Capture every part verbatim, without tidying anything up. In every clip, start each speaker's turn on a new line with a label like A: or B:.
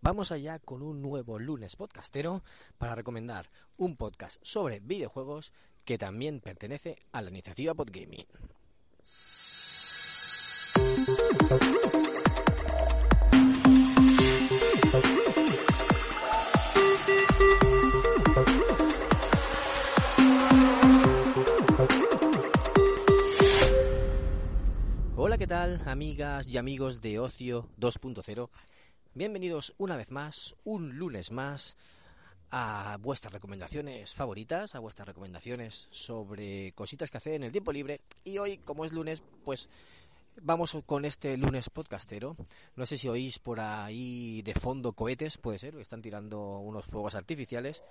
A: Vamos allá con un nuevo lunes podcastero para recomendar un podcast sobre videojuegos que también pertenece a la iniciativa Podgaming. Hola, ¿qué tal, amigas y amigos de Ocio dos punto cero? Bienvenidos una vez más, un lunes más, a vuestras recomendaciones favoritas, a vuestras recomendaciones sobre cositas que hacer en el tiempo libre. Y hoy, como es lunes, pues vamos con este lunes podcastero. No sé si oís por ahí de fondo cohetes, puede ser, están tirando unos fuegos artificiales.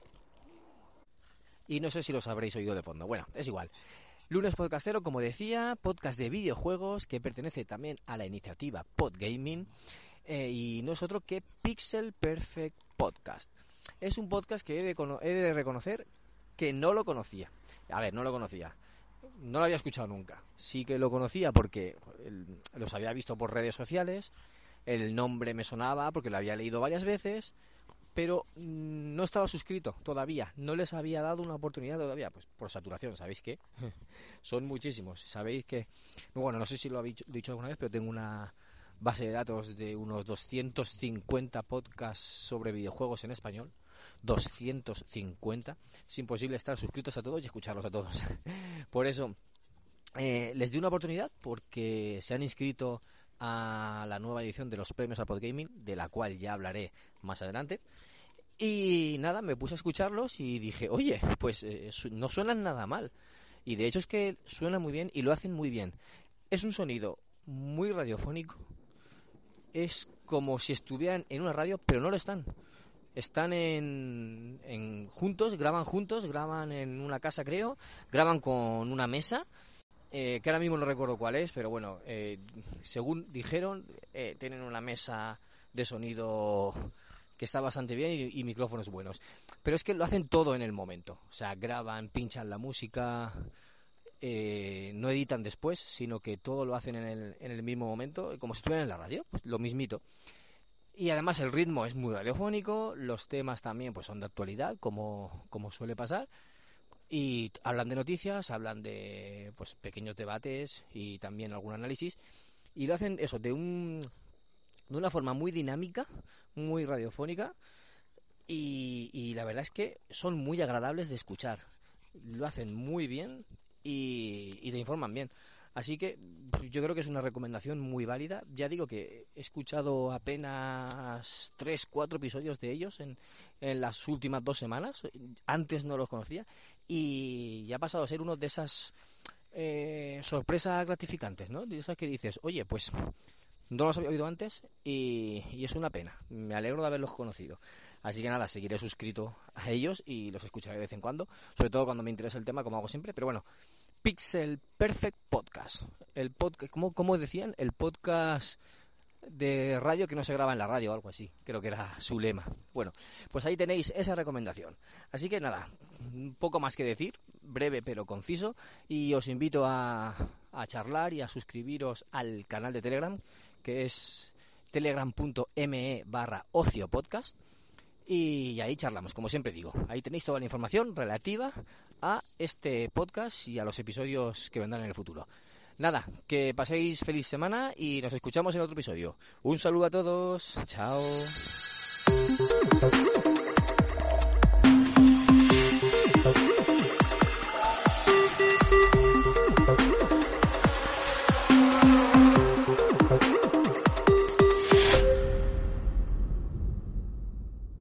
A: Y no sé si los habréis oído de fondo. Bueno, es igual. Lunes podcastero, como decía, podcast de videojuegos que pertenece también a la iniciativa Podgaming. Eh, y no es otro que Pixel Perfect Podcast. Es un podcast que he de, cono- he de reconocer que no lo conocía. A ver, no lo conocía. No lo había escuchado nunca. Sí que lo conocía porque el, los había visto por redes sociales. El nombre me sonaba porque lo había leído varias veces. Pero mmm, no estaba suscrito todavía. No les había dado una oportunidad todavía. Pues por saturación, ¿sabéis qué? Son muchísimos. Sabéis que... Bueno, no sé si lo habéis dicho alguna vez, pero tengo una base de datos de unos doscientos cincuenta podcasts sobre videojuegos en español. doscientos cincuenta. Es imposible estar suscritos a todos y escucharlos a todos. Por eso eh, les di una oportunidad porque se han inscrito a la nueva edición de los premios a Podgaming, de la cual ya hablaré más adelante. Y nada, me puse a escucharlos y dije, oye, pues eh, no suenan nada mal. Y de hecho es que suenan muy bien y lo hacen muy bien. Es un sonido muy radiofónico. Es como si estuvieran en una radio, pero no lo están. Están en, en juntos, graban juntos, graban en una casa, creo, graban con una mesa, eh, que ahora mismo no recuerdo cuál es, pero bueno, eh, según dijeron, eh, tienen una mesa de sonido que está bastante bien y, y micrófonos buenos. Pero es que lo hacen todo en el momento. O sea, graban, pinchan la música... Eh, no editan después, sino que todo lo hacen en el, en el mismo momento, como si estuvieran en la radio, pues lo mismito. Y además el ritmo es muy radiofónico, los temas también pues son de actualidad, como, como suele pasar, y hablan de noticias, hablan de pues pequeños debates y también algún análisis, y lo hacen eso de un de una forma muy dinámica, muy radiofónica, y, y la verdad es que son muy agradables de escuchar. Lo hacen muy bien y, y te informan bien. Así que yo creo que es una recomendación muy válida. Ya digo que he escuchado apenas tres, cuatro episodios de ellos en, en las últimas dos semanas. Antes no los conocía y ya ha pasado a ser uno de esas eh, sorpresas gratificantes, ¿no? De esas que dices, oye, pues no los había oído antes y, y es una pena. Me alegro de haberlos conocido. Así que nada, seguiré suscrito a ellos y los escucharé de vez en cuando, sobre todo cuando me interesa el tema, como hago siempre. Pero bueno, Pixel Perfect Podcast. El podcast, ¿cómo, cómo decían? El podcast de radio que no se graba en la radio o algo así. Creo que era su lema. Bueno, pues ahí tenéis esa recomendación. Así que nada, un poco más que decir, breve pero conciso. Y os invito a, a charlar y a suscribiros al canal de Telegram, que es telegram.me barra ocio podcast. Y ahí charlamos, como siempre digo. Ahí tenéis toda la información relativa a este podcast y a los episodios que vendrán en el futuro. Nada, que paséis feliz semana y nos escuchamos en otro episodio. Un saludo a todos. Chao.